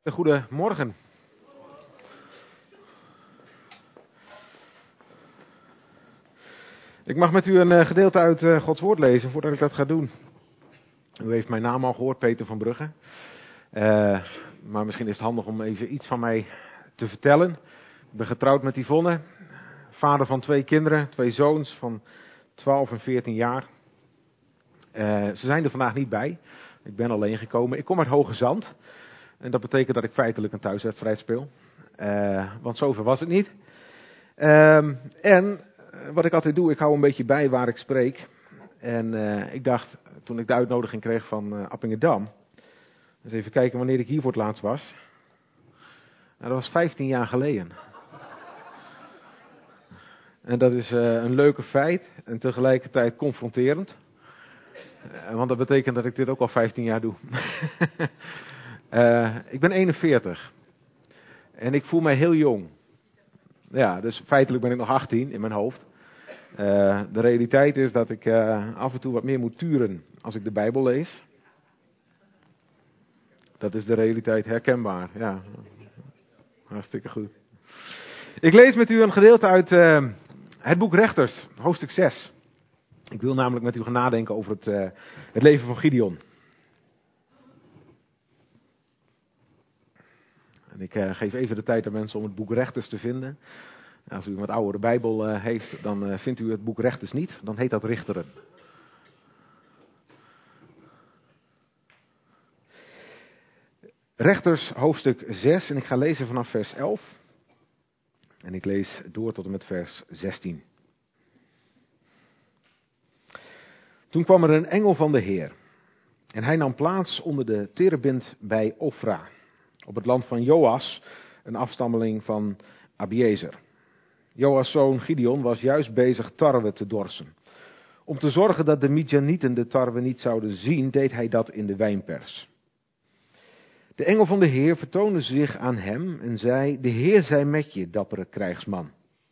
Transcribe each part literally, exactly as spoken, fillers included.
Goedemorgen. Ik mag met u een gedeelte uit uh, Gods woord lezen voordat ik dat ga doen. U heeft mijn naam al gehoord, Peter van Brugge. Uh, maar misschien is het handig om even iets van mij te vertellen. Ik ben getrouwd met Yvonne, vader van twee kinderen, twee zoons van twaalf en veertien jaar. Uh, ze zijn er vandaag niet bij. Ik ben alleen gekomen. Ik kom uit Hoge Zand. En dat betekent dat ik feitelijk een thuiswedstrijd speel. Uh, want zover was het niet. Uh, en wat ik altijd doe, ik hou een beetje bij waar ik spreek. En uh, ik dacht, toen ik de uitnodiging kreeg van uh, Appingedam, eens even kijken wanneer ik hier voor het laatst was. Nou, dat was vijftien jaar geleden. En dat is uh, een leuke feit en tegelijkertijd confronterend. Uh, want dat betekent dat ik dit ook al vijftien jaar doe. uh, ik ben eenenveertig. En ik voel mij heel jong. Ja, dus feitelijk ben ik nog achttien in mijn hoofd. Uh, de realiteit is dat ik uh, af en toe wat meer moet turen als ik de Bijbel lees. Dat is de realiteit, herkenbaar. Ja, hartstikke goed. Ik lees met u een gedeelte uit uh, het boek Rechters, hoofdstuk zes. Ik wil namelijk met u gaan nadenken over het, uh, het leven van Gideon. En ik uh, geef even de tijd aan mensen om het boek Rechters te vinden. Als u een wat oudere Bijbel uh, heeft, dan uh, vindt u het boek Rechters niet. Dan heet dat Richteren. Rechters hoofdstuk zes en ik ga lezen vanaf vers elf. En ik lees door tot en met vers zestien. Toen kwam er een engel van de Heer. En hij nam plaats onder de terebint bij Ofra. Op het land van Joas, een afstammeling van Abiezer. Joas' zoon Gideon was juist bezig tarwe te dorsen. Om te zorgen dat de Midjanieten de tarwe niet zouden zien, deed hij dat in de wijnpers. De engel van de Heer vertoonde zich aan hem en zei: De Heer zij met je, dappere krijgsman.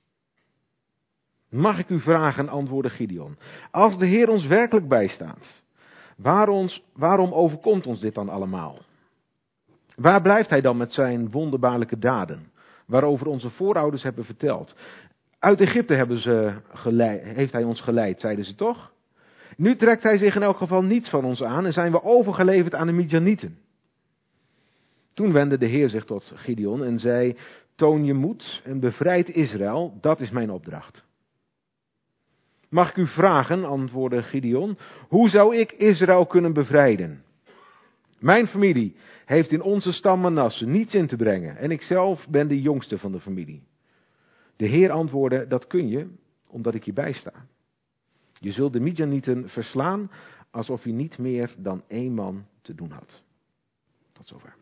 Mag ik u vragen, antwoordde Gideon, als de Heer ons werkelijk bijstaat, waar ons, waarom overkomt ons dit dan allemaal? Waar blijft hij dan met zijn wonderbaarlijke daden, waarover onze voorouders hebben verteld? Uit Egypte hebben ze geleid, heeft hij ons geleid, zeiden ze toch? Nu trekt hij zich in elk geval niets van ons aan en zijn we overgeleverd aan de Midjanieten. Toen wendde de Heer zich tot Gideon en zei: Toon je moed en bevrijd Israël, dat is mijn opdracht. Mag ik u vragen, antwoordde Gideon, hoe zou ik Israël kunnen bevrijden? Mijn familie heeft in onze stam Manasse niets in te brengen en ikzelf ben de jongste van de familie. De Heer antwoordde: dat kun je, omdat ik je bijsta. Je zult de Midjanieten verslaan, alsof je niet meer dan één man te doen had. Tot zover.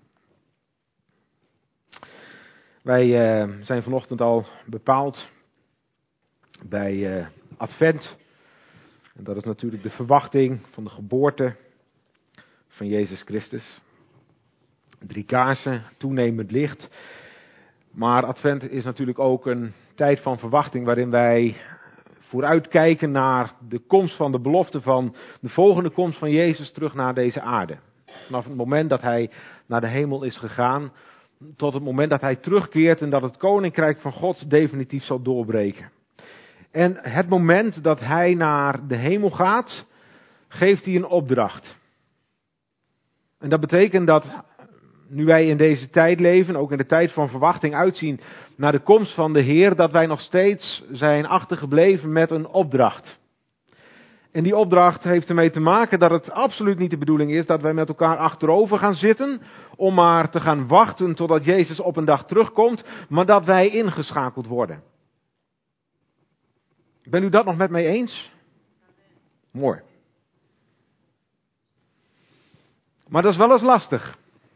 Wij uh, zijn vanochtend al bepaald bij uh, Advent. En dat is natuurlijk de verwachting van de geboorte van Jezus Christus. Drie kaarsen, toenemend licht. Maar Advent is natuurlijk ook een tijd van verwachting waarin wij vooruitkijken naar de komst van de belofte van de volgende komst van Jezus terug naar deze aarde. Vanaf het moment dat hij naar de hemel is gegaan, tot het moment dat hij terugkeert en dat het koninkrijk van God definitief zal doorbreken. En het moment dat hij naar de hemel gaat, geeft hij een opdracht. En dat betekent dat, nu wij in deze tijd leven, ook in de tijd van verwachting uitzien naar de komst van de Heer, dat wij nog steeds zijn achtergebleven met een opdracht. En die opdracht heeft ermee te maken dat het absoluut niet de bedoeling is dat wij met elkaar achterover gaan zitten, om maar te gaan wachten totdat Jezus op een dag terugkomt, maar dat wij ingeschakeld worden. Bent u dat nog met mij eens? Mooi. Maar dat is wel eens lastig.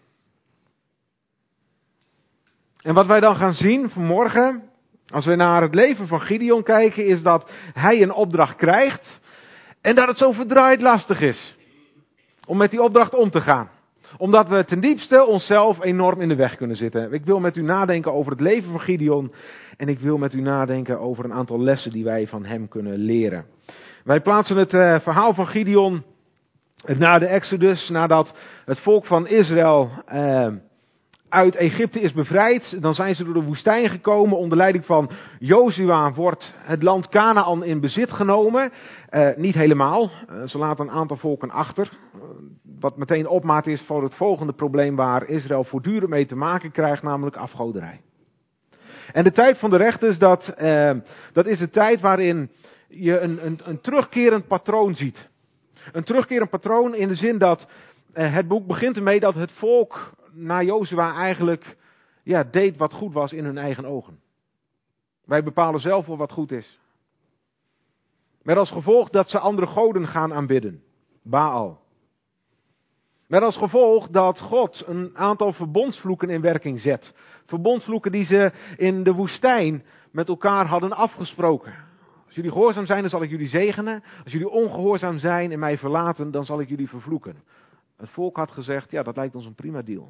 En wat wij dan gaan zien vanmorgen, als we naar het leven van Gideon kijken, is dat hij een opdracht krijgt en dat het zo verdraaid lastig is om met die opdracht om te gaan. Omdat we ten diepste onszelf enorm in de weg kunnen zitten. Ik wil met u nadenken over het leven van Gideon en ik wil met u nadenken over een aantal lessen die wij van hem kunnen leren. Wij plaatsen het uh, verhaal van Gideon na de Exodus, nadat het volk van Israël uh, uit Egypte is bevrijd. Dan zijn ze door de woestijn gekomen. Onder leiding van Jozua wordt het land Kanaan in bezit genomen. Uh, niet helemaal. Uh, ze laten een aantal volken achter. Uh, wat meteen opmaat is voor het volgende probleem waar Israël voortdurend mee te maken krijgt. Namelijk afgoderij. En de tijd van de rechters, dat, uh, dat is de tijd waarin je een, een, een terugkerend patroon ziet. Een terugkerend patroon in de zin dat uh, het boek begint ermee dat het volk na Jozua eigenlijk ja, deed wat goed was in hun eigen ogen. Wij bepalen zelf wel wat goed is. Met als gevolg dat ze andere goden gaan aanbidden. Baal. Met als gevolg dat God een aantal verbondsvloeken in werking zet. Verbondsvloeken die ze in de woestijn met elkaar hadden afgesproken. Als jullie gehoorzaam zijn, dan zal ik jullie zegenen. Als jullie ongehoorzaam zijn en mij verlaten, dan zal ik jullie vervloeken. Het volk had gezegd, ja, dat lijkt ons een prima deal.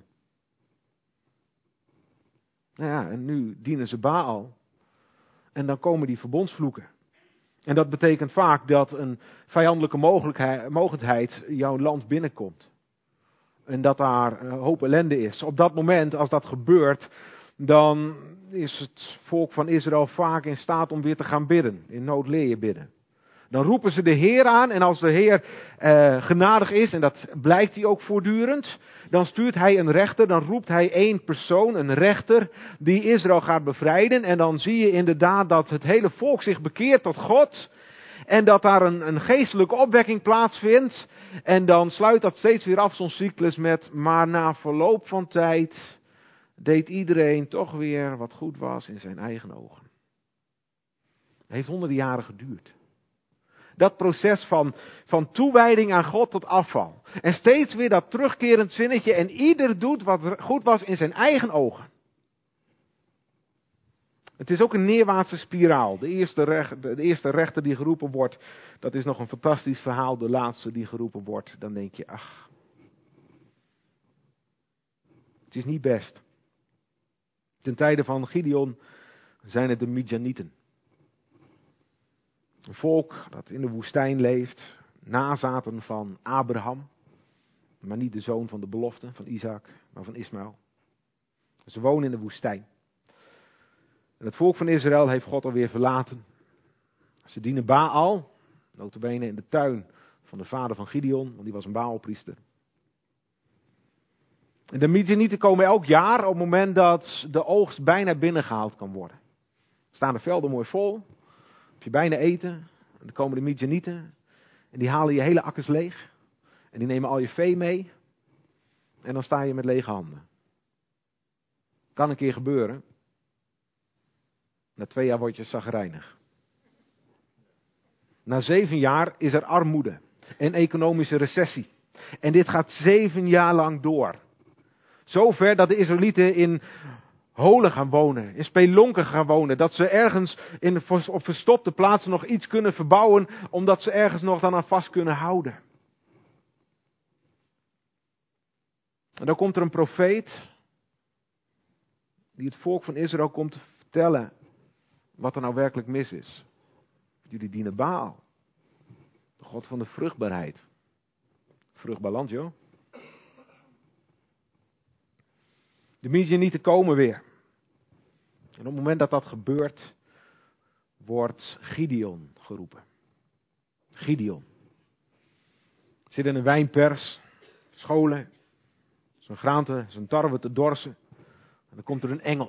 Nou ja, en nu dienen ze Baal. En dan komen die verbondsvloeken. En dat betekent vaak dat een vijandelijke mogelijkheid jouw land binnenkomt. En dat daar een hoop ellende is. Op dat moment, als dat gebeurt, dan is het volk van Israël vaak in staat om weer te gaan bidden. In nood leer je bidden. Dan roepen ze de Heer aan en als de Heer uh, genadig is, en dat blijkt hij ook voortdurend, dan stuurt hij een rechter, dan roept hij één persoon, een rechter, die Israël gaat bevrijden. En dan zie je inderdaad dat het hele volk zich bekeert tot God. En dat daar een, een geestelijke opwekking plaatsvindt. En dan sluit dat steeds weer af zo'n cyclus met, maar na verloop van tijd deed iedereen toch weer wat goed was in zijn eigen ogen. Het heeft honderden jaren geduurd. Dat proces van, van toewijding aan God tot afval. En steeds weer dat terugkerend zinnetje. En ieder doet wat goed was in zijn eigen ogen. Het is ook een neerwaartse spiraal. De eerste, recht, de eerste rechter die geroepen wordt, dat is nog een fantastisch verhaal. De laatste die geroepen wordt, dan denk je, ach. Het is niet best. Ten tijde van Gideon zijn het de Midjanieten. Een volk dat in de woestijn leeft, nazaten van Abraham, maar niet de zoon van de belofte, van Isaac, maar van Ismaël. Ze wonen in de woestijn. En het volk van Israël heeft God alweer verlaten. Ze dienen Baal, nota bene in de tuin van de vader van Gideon, want die was een Baalpriester. En de Midjanieten komen elk jaar op het moment dat de oogst bijna binnengehaald kan worden. Staan de velden mooi vol. Heb je bijna eten. En dan komen de Midjanieten. En die halen je hele akkers leeg. En die nemen al je vee mee. En dan sta je met lege handen. Kan een keer gebeuren. Na twee jaar word je chagrijnig. Na zeven jaar is er armoede. En economische recessie. En dit gaat zeven jaar lang door. Zover dat de Israëlieten in holen gaan wonen, in spelonken gaan wonen. Dat ze ergens in, op verstopte plaatsen nog iets kunnen verbouwen, omdat ze ergens nog dan aan vast kunnen houden. En dan komt er een profeet, die het volk van Israël komt te vertellen wat er nou werkelijk mis is. Jullie dienen Baal, de God van de vruchtbaarheid. Vruchtbaar land, joh. De Midjanieten komen weer. En op het moment dat dat gebeurt, wordt Gideon geroepen. Gideon. Zit in een wijnpers, scholen, zijn graante, zijn tarwe te dorsen. En dan komt er een engel.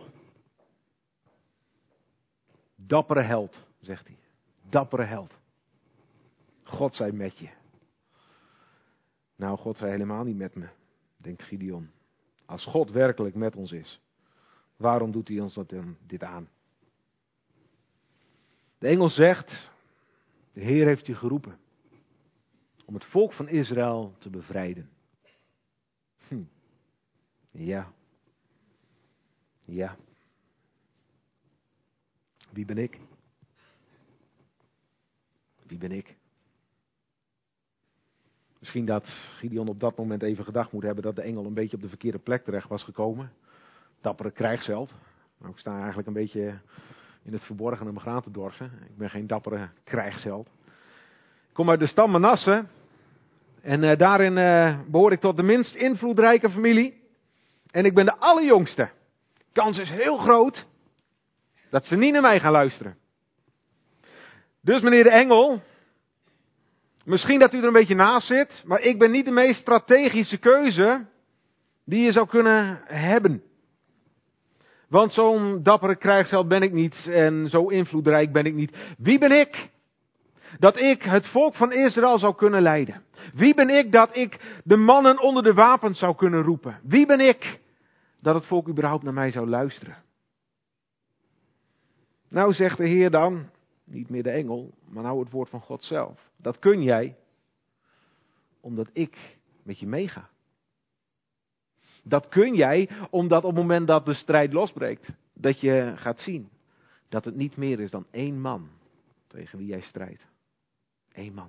Dappere held, zegt hij. Dappere held. God zij met je. Nou, God zij helemaal niet met me, denkt Gideon. Als God werkelijk met ons is, waarom doet hij ons dat dan, dit aan? De engel zegt, de Heer heeft je geroepen om het volk van Israël te bevrijden. Hm. Ja. Ja. Wie ben ik? Wie ben ik? Misschien dat Gideon op dat moment even gedacht moet hebben dat de engel een beetje op de verkeerde plek terecht was gekomen. Dappere krijgsheld. Nou, ik sta eigenlijk een beetje in het verborgen om mijn graan te dorsen. Ik ben geen dappere krijgsheld. Ik kom uit de stam Manasse. En uh, daarin uh, behoor ik tot de minst invloedrijke familie. En ik ben de allerjongste. Kans is heel groot dat ze niet naar mij gaan luisteren. Dus meneer de engel, misschien dat u er een beetje naast zit, maar ik ben niet de meest strategische keuze die je zou kunnen hebben. Want zo'n dappere krijgsheld ben ik niet en zo invloedrijk ben ik niet. Wie ben ik dat ik het volk van Israël zou kunnen leiden? Wie ben ik dat ik de mannen onder de wapens zou kunnen roepen? Wie ben ik dat het volk überhaupt naar mij zou luisteren? Nou zegt de Heer dan, niet meer de engel, maar nou het woord van God zelf. Dat kun jij, omdat ik met je meega. Dat kun jij, omdat op het moment dat de strijd losbreekt, dat je gaat zien dat het niet meer is dan één man tegen wie jij strijdt. Eén man.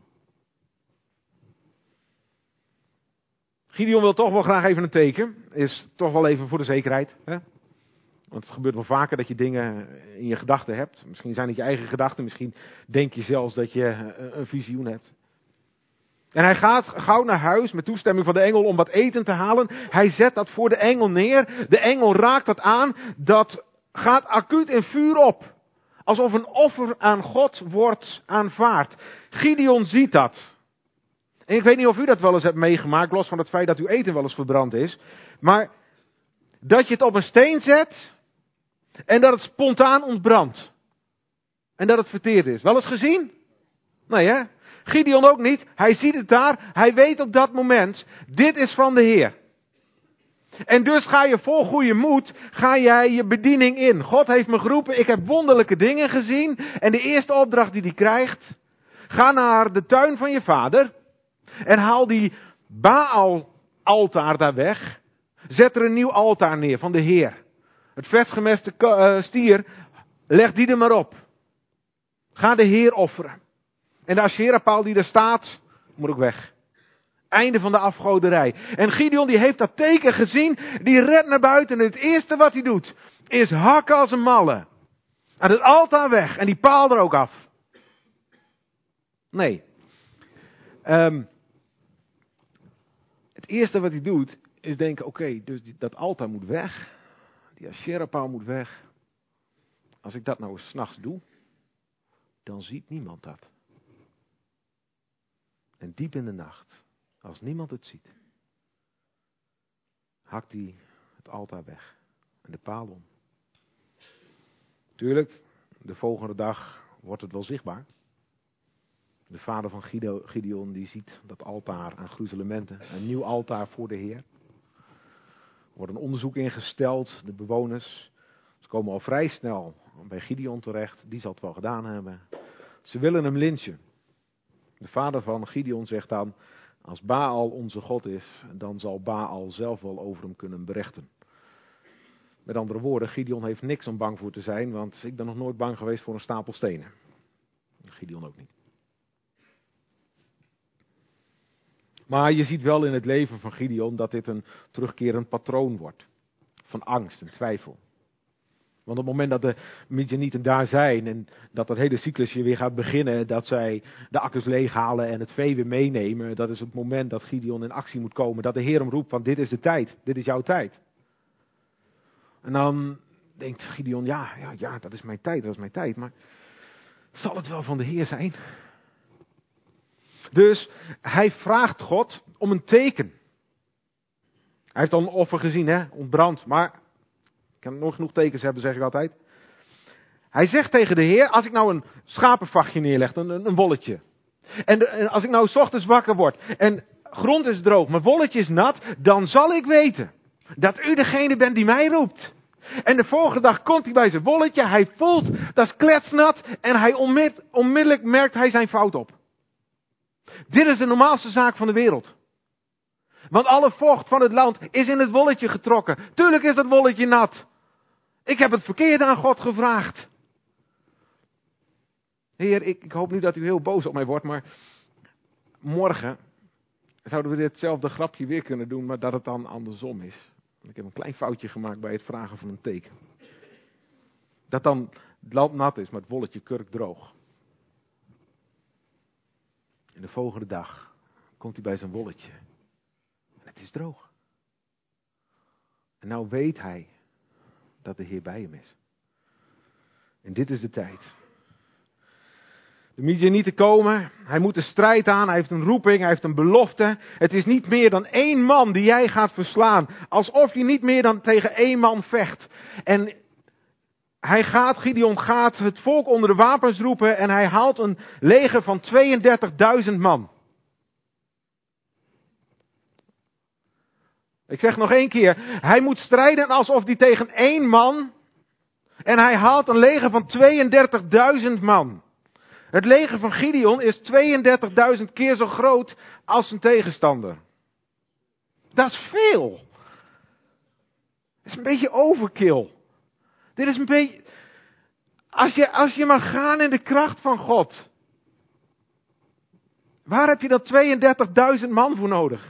Gideon wil toch wel graag even een teken. Is toch wel even voor de zekerheid. Hè? Want het gebeurt wel vaker dat je dingen in je gedachten hebt. Misschien zijn het je eigen gedachten. Misschien denk je zelfs dat je een visioen hebt. En hij gaat gauw naar huis met toestemming van de engel om wat eten te halen. Hij zet dat voor de engel neer. De engel raakt dat aan. Dat gaat acuut in vuur op. Alsof een offer aan God wordt aanvaard. Gideon ziet dat. En ik weet niet of u dat wel eens hebt meegemaakt, los van het feit dat uw eten wel eens verbrand is. Maar dat je het op een steen zet en dat het spontaan ontbrandt. En dat het verteerd is. Wel eens gezien? Nee hè? Gideon ook niet. Hij ziet het daar. Hij weet op dat moment, dit is van de Heer. En dus ga je vol goede moed, ga jij je bediening in. God heeft me geroepen, ik heb wonderlijke dingen gezien. En de eerste opdracht die hij krijgt, ga naar de tuin van je vader. En haal die Baal-altaar daar weg. Zet er een nieuw altaar neer van de Heer. Het vetgemeste stier, leg die er maar op. Ga de Heer offeren. En de Asherah-paal die er staat, moet ook weg. Einde van de afgoderij. En Gideon die heeft dat teken gezien, die rent naar buiten en het eerste wat hij doet, is hakken als een malle. En het altaar weg en die paal er ook af. Nee. Um, het eerste wat hij doet, is denken, oké, okay, dus die, dat altaar moet weg. Die Asherah-paal moet weg. Als ik dat nou eens 's nachts doe, dan ziet niemand dat. En diep in de nacht, als niemand het ziet, hakt hij het altaar weg en de paal om. Tuurlijk, de volgende dag wordt het wel zichtbaar. De vader van Gideon die ziet dat altaar aan gruzelementen, een nieuw altaar voor de Heer. Er wordt een onderzoek ingesteld, de bewoners, ze komen al vrij snel bij Gideon terecht, die zal het wel gedaan hebben. Ze willen hem lynchen. De vader van Gideon zegt dan, als Baal onze God is, dan zal Baal zelf wel over hem kunnen berechten. Met andere woorden, Gideon heeft niks om bang voor te zijn, want ik ben nog nooit bang geweest voor een stapel stenen. Gideon ook niet. Maar je ziet wel in het leven van Gideon dat dit een terugkerend patroon wordt. Van angst en twijfel. Want op het moment dat de Midjanieten daar zijn en dat dat hele cyclusje weer gaat beginnen, dat zij de akkers leeghalen en het vee weer meenemen, dat is het moment dat Gideon in actie moet komen. Dat de Heer hem roept van dit is de tijd, dit is jouw tijd. En dan denkt Gideon, ja, ja, ja, dat is mijn tijd, dat is mijn tijd, maar zal het wel van de Heer zijn? Dus hij vraagt God om een teken. Hij heeft al een offer gezien, hè, ontbrand, maar ik kan nog genoeg tekens hebben, zeg ik altijd. Hij zegt tegen de Heer, als ik nou een schapenvachtje neerleg, een, een wolletje. En, de, en als ik nou 's ochtends wakker word en grond is droog, mijn wolletje is nat, dan zal ik weten dat u degene bent die mij roept. En de volgende dag komt hij bij zijn wolletje, hij voelt, dat is kletsnat en hij onmid, onmiddellijk merkt hij zijn fout op. Dit is de normaalste zaak van de wereld. Want alle vocht van het land is in het wolletje getrokken. Tuurlijk is dat wolletje nat. Ik heb het verkeerde aan God gevraagd. Heer, ik, ik hoop niet dat u heel boos op mij wordt, maar morgen zouden we ditzelfde grapje weer kunnen doen, maar dat het dan andersom is. Ik heb een klein foutje gemaakt bij het vragen van een teken. Dat dan het land nat is, maar het wolletje kurkdroog. En de volgende dag komt hij bij zijn wolletje. En het is droog. En En nou weet hij dat de Heer bij hem is. En dit is de tijd. De Midianieten komen, hij moet de strijd aan, hij heeft een roeping, hij heeft een belofte. Het is niet meer dan één man die jij gaat verslaan. Alsof je niet meer dan tegen één man vecht. En hij gaat, Gideon gaat het volk onder de wapens roepen en hij haalt een leger van tweeëndertigduizend man. Ik zeg nog één keer, hij moet strijden alsof hij tegen één man, en hij haalt een leger van tweeëndertigduizend man. Het leger van Gideon is tweeëndertigduizend keer zo groot als zijn tegenstander. Dat is veel. Dat is een beetje overkill. Dit is een beetje, als je, als je mag gaan in de kracht van God. Waar heb je dan tweeëndertigduizend man voor nodig?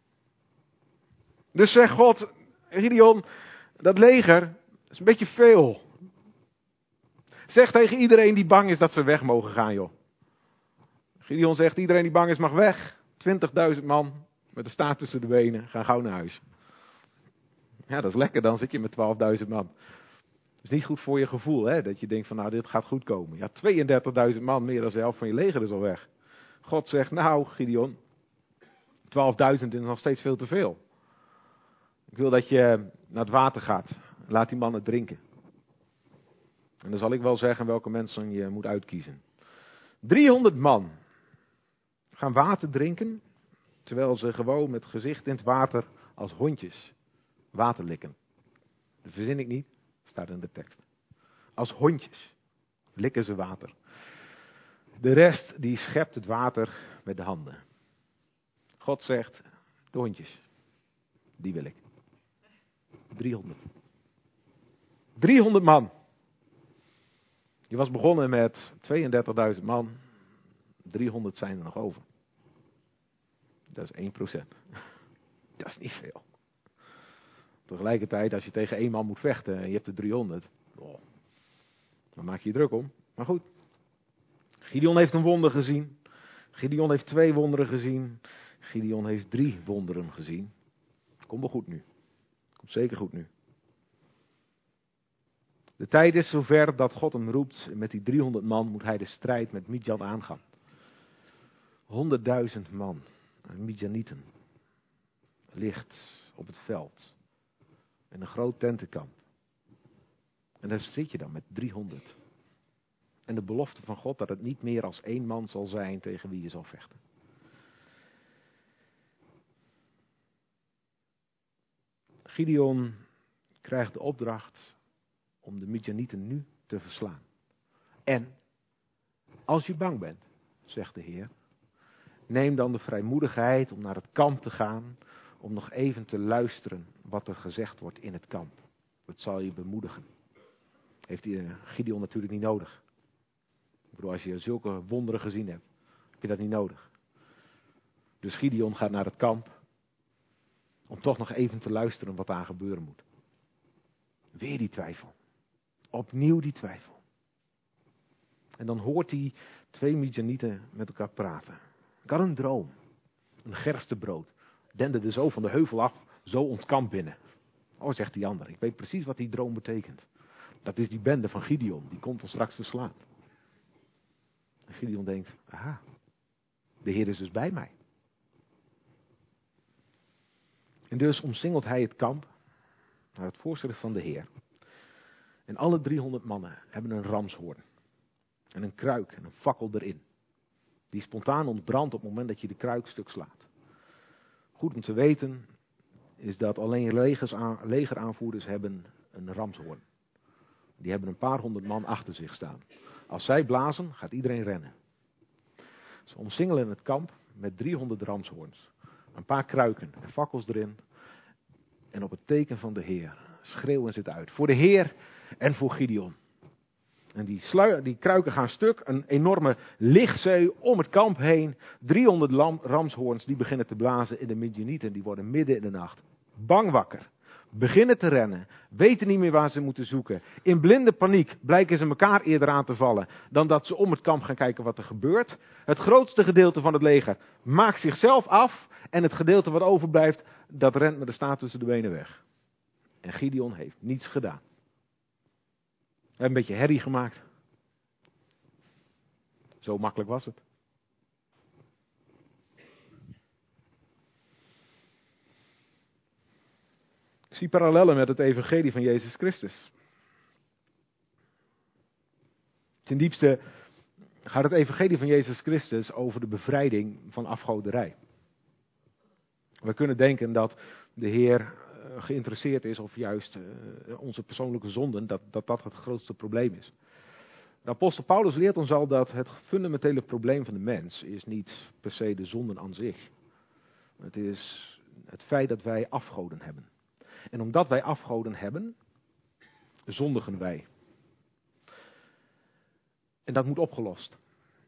Dus zegt God, Gideon, dat leger is een beetje veel. Zeg tegen iedereen die bang is dat ze weg mogen gaan, joh. Gideon zegt, iedereen die bang is mag weg. twintigduizend man met de staart tussen de benen, gaan gauw naar huis. Ja, dat is lekker, dan zit je met twaalfduizend man. Dat is niet goed voor je gevoel, hè, dat je denkt van nou, dit gaat goed komen. Ja, tweeëndertigduizend man, meer dan de helft van je leger is al weg. God zegt, nou Gideon, twaalfduizend is nog steeds veel te veel. Ik wil dat je naar het water gaat. Laat die mannen drinken. En dan zal ik wel zeggen welke mensen je moet uitkiezen. driehonderd man gaan water drinken, terwijl ze gewoon met gezicht in het water als hondjes water likken. Dat verzin ik niet, staat in de tekst. Als hondjes likken ze water. De rest die schept het water met de handen. God zegt, de hondjes, die wil ik. driehonderd. driehonderd man. Je was begonnen met tweeëndertigduizend man. driehonderd zijn er nog over. Dat is één procent. Dat is niet veel. Tegelijkertijd, als je tegen één man moet vechten en je hebt er driehonderd. Oh, dan maak je je druk om. Maar goed. Gideon heeft een wonder gezien. Gideon heeft twee wonderen gezien. Gideon heeft drie wonderen gezien. Komt wel goed nu. Komt zeker goed nu. De tijd is zover dat God hem roept. En met die driehonderd man moet hij de strijd met Midjan aangaan. honderdduizend man. Midjanieten. Ligt op het veld. In een groot tentenkamp. En daar zit je dan met driehonderd. En de belofte van God dat het niet meer als één man zal zijn tegen wie je zal vechten. Gideon krijgt de opdracht om de Midjanieten nu te verslaan. En als je bang bent, zegt de Heer, neem dan de vrijmoedigheid om naar het kamp te gaan, om nog even te luisteren wat er gezegd wordt in het kamp. Het zal je bemoedigen. Heeft Gideon natuurlijk niet nodig. Ik bedoel, als je zulke wonderen gezien hebt, heb je dat niet nodig. Dus Gideon gaat naar het kamp, om toch nog even te luisteren wat daar gebeuren moet. Weer die twijfel. Opnieuw die twijfel. En dan hoort hij twee Midjanieten met elkaar praten. Ik had een droom. Een gerstebrood. Denderde zo van de heuvel af, zo ons kamp binnen. Oh, zegt die ander, ik weet precies wat die droom betekent. Dat is die bende van Gideon, die komt ons straks verslaan. En Gideon denkt, aha, de Heer is dus bij mij. En dus omsingelt hij het kamp naar het voorschrift van de Heer. En alle driehonderd mannen hebben een ramshoorn. En een kruik en een fakkel erin. Die spontaan ontbrandt op het moment dat je de kruik stuk slaat. Goed om te weten is dat alleen legers aan, legeraanvoerders hebben een ramshoorn. Die hebben een paar honderd man achter zich staan. Als zij blazen, gaat iedereen rennen. Ze omsingelen het kamp met driehonderd ramshoorns. Een paar kruiken en fakkels erin. En op het teken van de Heer schreeuwen ze het uit. Voor de Heer en voor Gideon. En die, slui, die kruiken gaan stuk. Een enorme lichtzee om het kamp heen. driehonderd lam, ramshoorns die beginnen te blazen in de Midjanieten. Die worden midden in de nacht bang wakker. Beginnen te rennen. Weten niet meer waar ze moeten zoeken. In blinde paniek blijken ze elkaar eerder aan te vallen. Dan dat ze om het kamp gaan kijken wat er gebeurt. Het grootste gedeelte van het leger maakt zichzelf af. En het gedeelte wat overblijft, dat rent met de staart tussen de benen weg. En Gideon heeft niets gedaan. Hij heeft een beetje herrie gemaakt. Zo makkelijk was het. Ik zie parallellen met het evangelie van Jezus Christus. Ten diepste gaat het evangelie van Jezus Christus over de bevrijding van afgoderij. We kunnen denken dat de Heer geïnteresseerd is, of juist uh, onze persoonlijke zonden, dat, dat dat het grootste probleem is. De apostel Paulus leert ons al dat het fundamentele probleem van de mens is niet per se de zonden aan zich. Het is het feit dat wij afgoden hebben. En omdat wij afgoden hebben, zondigen wij. En dat moet opgelost.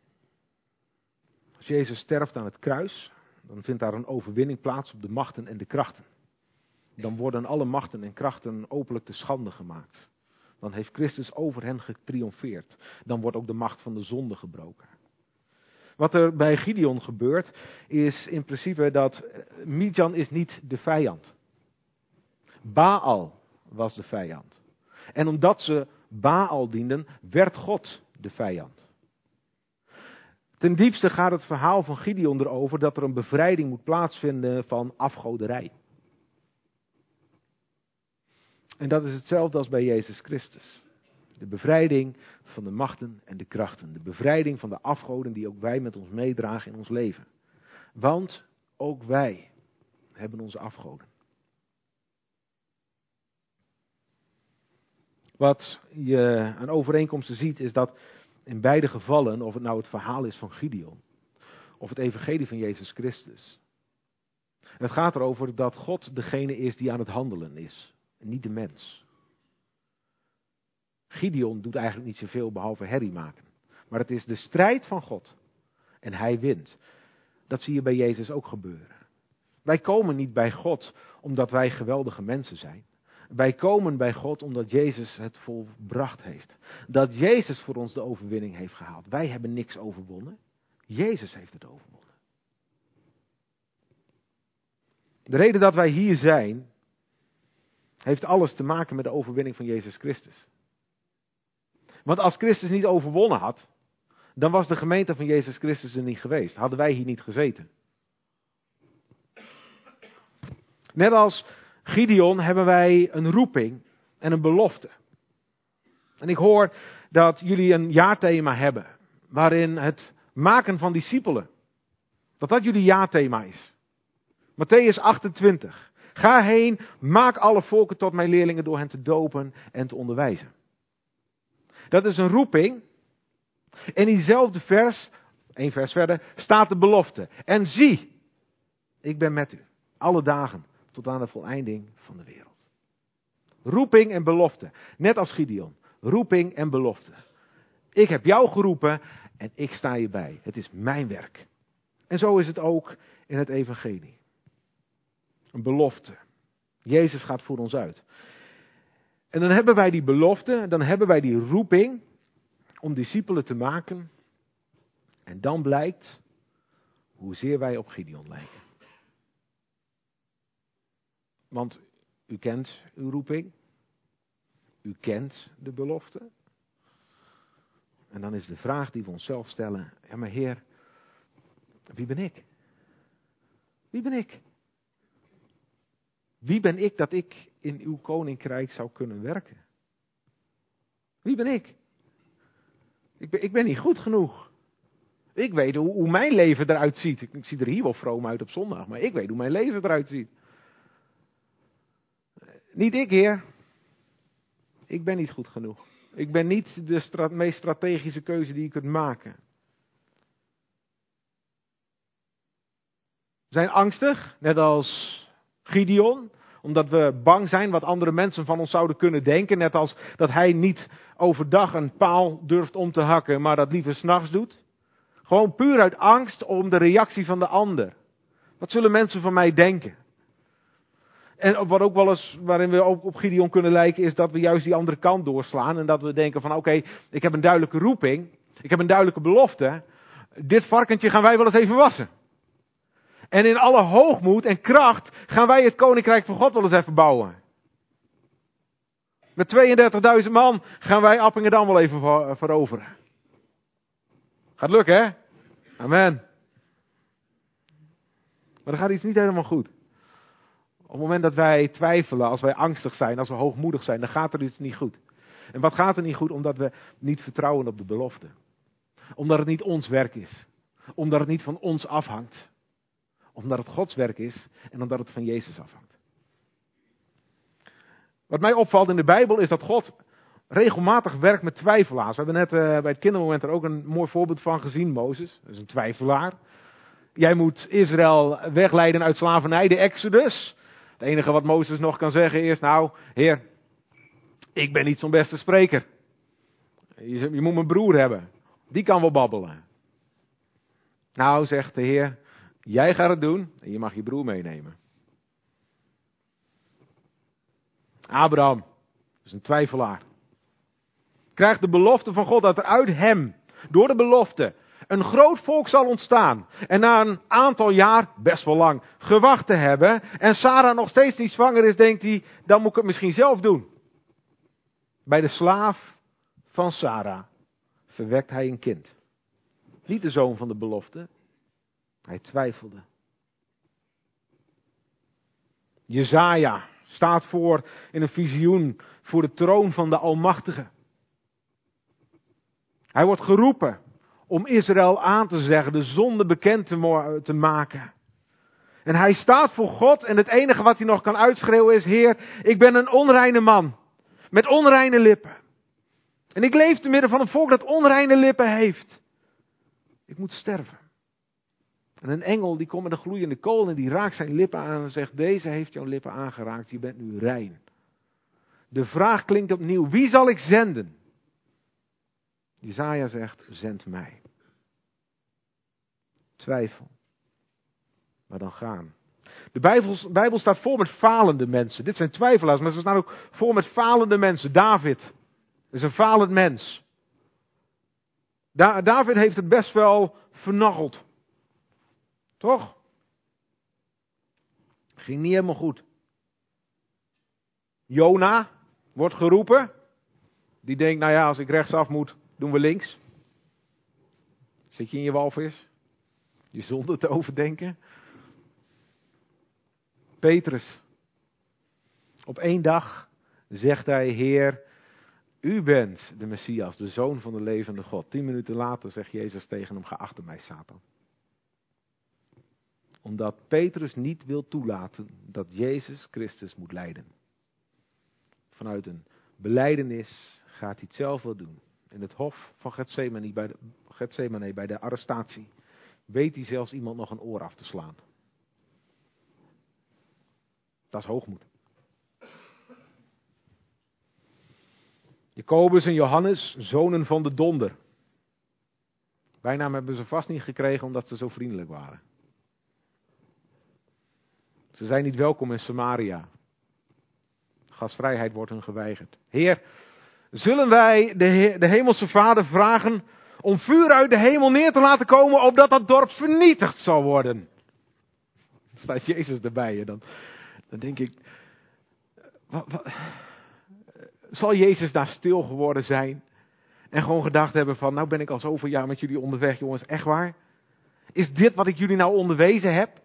Als Jezus sterft aan het kruis, dan vindt daar een overwinning plaats op de machten en de krachten. Dan worden alle machten en krachten openlijk te schande gemaakt. Dan heeft Christus over hen getriomfeerd. Dan wordt ook de macht van de zonde gebroken. Wat er bij Gideon gebeurt, is in principe dat Midjan is niet de vijand. Baal was de vijand. En omdat ze Baal dienden, werd God de vijand. Ten diepste gaat het verhaal van Gideon erover dat er een bevrijding moet plaatsvinden van afgoderij. En dat is hetzelfde als bij Jezus Christus. De bevrijding van de machten en de krachten. De bevrijding van de afgoden die ook wij met ons meedragen in ons leven. Want ook wij hebben onze afgoden. Wat je aan overeenkomsten ziet is dat in beide gevallen, of het nou het verhaal is van Gideon, of het evangelie van Jezus Christus. Het gaat erover dat God degene is die aan het handelen is, en niet de mens. Gideon doet eigenlijk niet zoveel behalve herrie maken. Maar het is de strijd van God. En hij wint. Dat zie je bij Jezus ook gebeuren. Wij komen niet bij God omdat wij geweldige mensen zijn. Wij komen bij God omdat Jezus het volbracht heeft. Dat Jezus voor ons de overwinning heeft gehaald. Wij hebben niks overwonnen. Jezus heeft het overwonnen. De reden dat wij hier zijn, heeft alles te maken met de overwinning van Jezus Christus. Want als Christus niet overwonnen had, dan was de gemeente van Jezus Christus er niet geweest. Hadden wij hier niet gezeten. Net als Gideon hebben wij een roeping en een belofte. En ik hoor dat jullie een jaarthema hebben, waarin het maken van discipelen, dat dat jullie jaarthema is. Mattheüs achtentwintig. Ga heen, maak alle volken tot mijn leerlingen door hen te dopen en te onderwijzen. Dat is een roeping. En in diezelfde vers, één vers verder, staat de belofte. En zie, ik ben met u, alle dagen, tot aan de voleinding van de wereld. Roeping en belofte. Net als Gideon. Roeping en belofte. Ik heb jou geroepen en ik sta je bij. Het is mijn werk. En zo is het ook in het evangelie. Een belofte. Jezus gaat voor ons uit. En dan hebben wij die belofte, dan hebben wij die roeping om discipelen te maken. En dan blijkt hoezeer wij op Gideon lijken. Want u kent uw roeping. U kent de belofte. En dan is de vraag die we onszelf stellen. Ja, maar Heer, wie ben ik? Wie ben ik? Wie ben ik dat ik in uw koninkrijk zou kunnen werken? Wie ben ik? Ik ben, ik ben niet goed genoeg. Ik weet hoe, hoe mijn leven eruit ziet. Ik, ik zie er hier wel vroom uit op zondag, maar ik weet hoe mijn leven eruit ziet. Niet ik, Heer. Ik ben niet goed genoeg. Ik ben niet de stra- meest strategische keuze die je kunt maken. We zijn angstig, net als Gideon, omdat we bang zijn wat andere mensen van ons zouden kunnen denken. Net als dat hij niet overdag een paal durft om te hakken, maar dat liever 's nachts doet. Gewoon puur uit angst om de reactie van de ander. Wat zullen mensen van mij denken? En wat ook wel eens, waarin we ook op Gideon kunnen lijken, is dat we juist die andere kant doorslaan. En dat we denken van oké, okay, ik heb een duidelijke roeping. Ik heb een duidelijke belofte. Dit varkentje gaan wij wel eens even wassen. En in alle hoogmoed en kracht gaan wij het koninkrijk van God wel eens even bouwen. Met tweeëndertigduizend man gaan wij Appingedam wel even ver- veroveren. Gaat lukken, hè? Amen. Maar dan gaat iets niet helemaal goed. Op het moment dat wij twijfelen, als wij angstig zijn, als we hoogmoedig zijn, dan gaat er iets niet goed. En wat gaat er niet goed? Omdat we niet vertrouwen op de belofte. Omdat het niet ons werk is. Omdat het niet van ons afhangt. Omdat het Gods werk is en omdat het van Jezus afhangt. Wat mij opvalt in de Bijbel is dat God regelmatig werkt met twijfelaars. We hebben net uh, bij het kindermoment er ook een mooi voorbeeld van gezien, Mozes. Dat is een twijfelaar. Jij moet Israël wegleiden uit slavernij, de Exodus. Het enige wat Mozes nog kan zeggen is, nou, Heer, ik ben niet zo'n beste spreker. Je, je moet mijn broer hebben. Die kan wel babbelen. Nou, zegt de Heer, jij gaat het doen en je mag je broer meenemen. Abraham, dat is een twijfelaar. Krijgt de belofte van God dat er uit hem, door de belofte, een groot volk zal ontstaan. En na een aantal jaar, best wel lang, gewacht te hebben. En Sarah nog steeds niet zwanger is, denkt hij, dan moet ik het misschien zelf doen. Bij de slaaf van Sarah verwekt hij een kind. Niet de zoon van de belofte. Hij twijfelde. Jesaja staat voor in een visioen voor de troon van de Almachtige. Hij wordt geroepen om Israël aan te zeggen, de zonde bekend te, mo- te maken. En hij staat voor God en het enige wat hij nog kan uitschreeuwen is, Heer, ik ben een onreine man. Met onreine lippen. En ik leef te midden van een volk dat onreine lippen heeft. Ik moet sterven. En een engel die komt met een gloeiende kool en die raakt zijn lippen aan en zegt, deze heeft jouw lippen aangeraakt, je bent nu rein. De vraag klinkt opnieuw, wie zal ik zenden? Jesaja zegt, zend mij. Twijfel. Maar dan gaan. De Bijbel, Bijbel staat vol met falende mensen. Dit zijn twijfelaars, maar ze staan ook vol met falende mensen. David is een falend mens. Da- David heeft het best wel vernacheld. Toch? Ging niet helemaal goed. Jona wordt geroepen. Die denkt, nou ja, als ik rechtsaf moet, doen we links. Zit je in je walvis? Je zonde te overdenken. Petrus. Op één dag zegt hij, Heer, u bent de Messias, de Zoon van de levende God. Tien minuten later zegt Jezus tegen hem, ga achter mij, Satan. Omdat Petrus niet wil toelaten dat Jezus Christus moet lijden. Vanuit een belijdenis gaat hij het zelf wel doen. In het hof van Getsemane, bij de, Getsemane, bij de arrestatie, weet hij zelfs iemand nog een oor af te slaan. Dat is hoogmoed. Jacobus en Johannes, zonen van de donder. Bijnaam hebben ze vast niet gekregen omdat ze zo vriendelijk waren. Ze zijn niet welkom in Samaria. Gastvrijheid wordt hun geweigerd. Heer, zullen wij de, he- de hemelse Vader vragen om vuur uit de hemel neer te laten komen, opdat dat dorp vernietigd zal worden? Dan staat Jezus erbij en dan, dan denk ik, wat, wat, zal Jezus daar stil geworden zijn en gewoon gedacht hebben van, nou ben ik al zoveel jaar met jullie onderweg, jongens, echt waar? Is dit wat ik jullie nou onderwezen heb?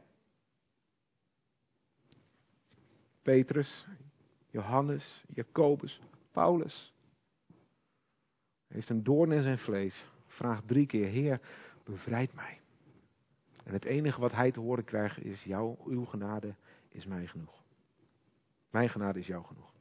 Petrus, Johannes, Jacobus, Paulus heeft een doorn in zijn vlees. Vraagt drie keer, Heer, bevrijd mij. En het enige wat hij te horen krijgt is, jouw, uw genade is mij genoeg. Mijn genade is jou genoeg.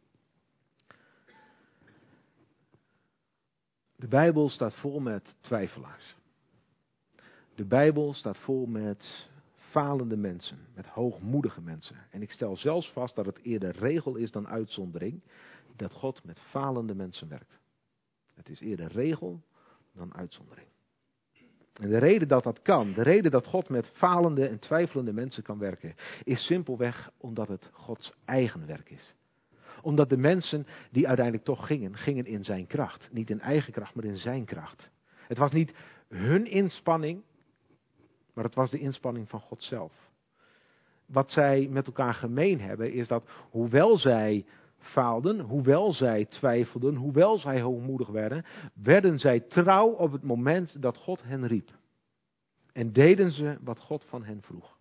De Bijbel staat vol met twijfelaars. De Bijbel staat vol met falende mensen, met hoogmoedige mensen. En ik stel zelfs vast dat het eerder regel is dan uitzondering, dat God met falende mensen werkt. Het is eerder regel dan uitzondering. En de reden dat dat kan, de reden dat God met falende en twijfelende mensen kan werken, is simpelweg omdat het Gods eigen werk is. Omdat de mensen die uiteindelijk toch gingen, gingen in zijn kracht. Niet in eigen kracht, maar in zijn kracht. Het was niet hun inspanning, maar het was de inspanning van God zelf. Wat zij met elkaar gemeen hebben, is dat hoewel zij faalden, hoewel zij twijfelden, hoewel zij hoogmoedig werden, werden zij trouw op het moment dat God hen riep. En deden ze wat God van hen vroeg.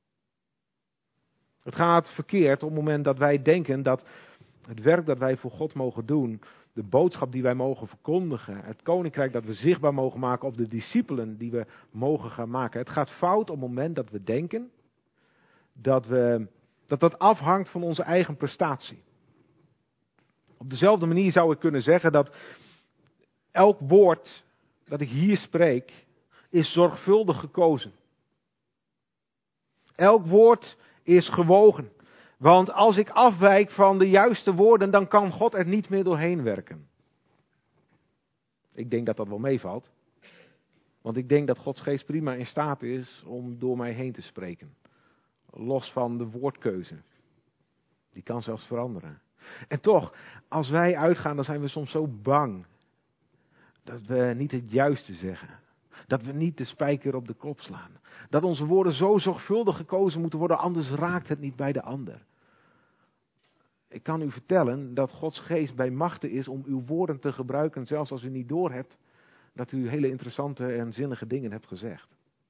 Het gaat verkeerd op het moment dat wij denken dat het werk dat wij voor God mogen doen, de boodschap die wij mogen verkondigen, het koninkrijk dat we zichtbaar mogen maken op de discipelen die we mogen gaan maken. Het gaat fout op het moment dat we denken dat we, dat, dat afhangt van onze eigen prestatie. Op dezelfde manier zou ik kunnen zeggen dat elk woord dat ik hier spreek is zorgvuldig gekozen. Elk woord is gewogen. Want als ik afwijk van de juiste woorden, dan kan God er niet meer doorheen werken. Ik denk dat dat wel meevalt. Want ik denk dat Gods geest prima in staat is om door mij heen te spreken. Los van de woordkeuze. Die kan zelfs veranderen. En toch, als wij uitgaan, dan zijn we soms zo bang dat we niet het juiste zeggen. Dat we niet de spijker op de kop slaan. Dat onze woorden zo zorgvuldig gekozen moeten worden, anders raakt het niet bij de ander. Ik kan u vertellen dat Gods geest bij machten is om uw woorden te gebruiken, zelfs als u niet doorhebt dat u hele interessante en zinnige dingen hebt gezegd.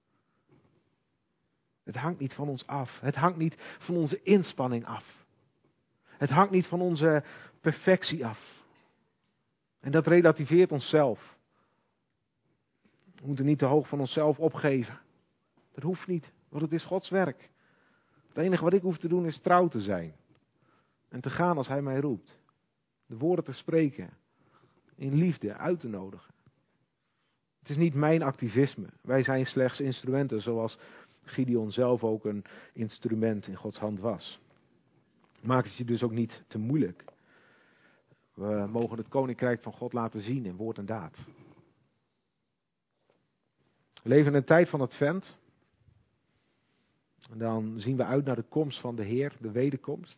Het hangt niet van ons af. Het hangt niet van onze inspanning af. Het hangt niet van onze perfectie af. En dat relativeert onszelf. We moeten niet te hoog van onszelf opgeven. Dat hoeft niet, want het is Gods werk. Het enige wat ik hoef te doen is trouw te zijn. En te gaan als Hij mij roept. De woorden te spreken. In liefde uit te nodigen. Het is niet mijn activisme. Wij zijn slechts instrumenten, zoals Gideon zelf ook een instrument in Gods hand was. Maak het je dus ook niet te moeilijk. We mogen het koninkrijk van God laten zien in woord en daad. We leven in een tijd van Advent. En dan zien we uit naar de komst van de Heer, de wederkomst.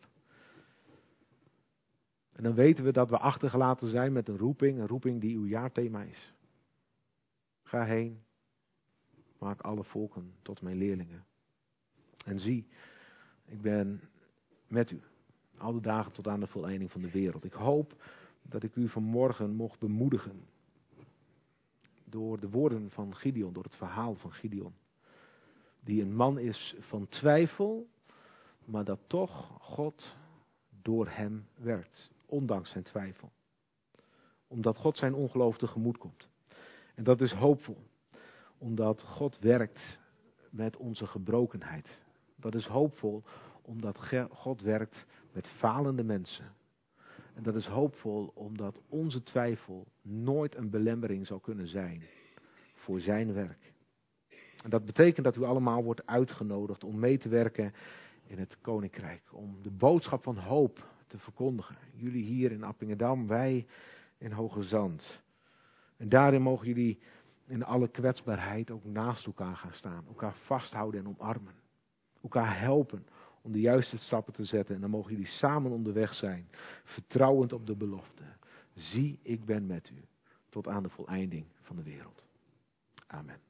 En dan weten we dat we achtergelaten zijn met een roeping, een roeping die uw jaarthema is. Ga heen, maak alle volken tot mijn leerlingen. En zie, ik ben met u, alle dagen tot aan de voleinding van de wereld. Ik hoop dat ik u vanmorgen mocht bemoedigen. Door de woorden van Gideon, door het verhaal van Gideon. Die een man is van twijfel, maar dat toch God door hem werkt. Ondanks zijn twijfel. Omdat God zijn ongeloof tegemoet komt. En dat is hoopvol. Omdat God werkt met onze gebrokenheid. Dat is hoopvol omdat God werkt met falende mensen. En dat is hoopvol omdat onze twijfel nooit een belemmering zal kunnen zijn voor zijn werk. En dat betekent dat u allemaal wordt uitgenodigd om mee te werken in het koninkrijk. Om de boodschap van hoop te verkondigen. Jullie hier in Appingedam, wij in Hoge Zand. En daarin mogen jullie in alle kwetsbaarheid ook naast elkaar gaan staan. Elkaar vasthouden en omarmen. Elkaar helpen om de juiste stappen te zetten. En dan mogen jullie samen onderweg zijn. Vertrouwend op de belofte. Zie, ik ben met u. Tot aan de voleinding van de wereld. Amen.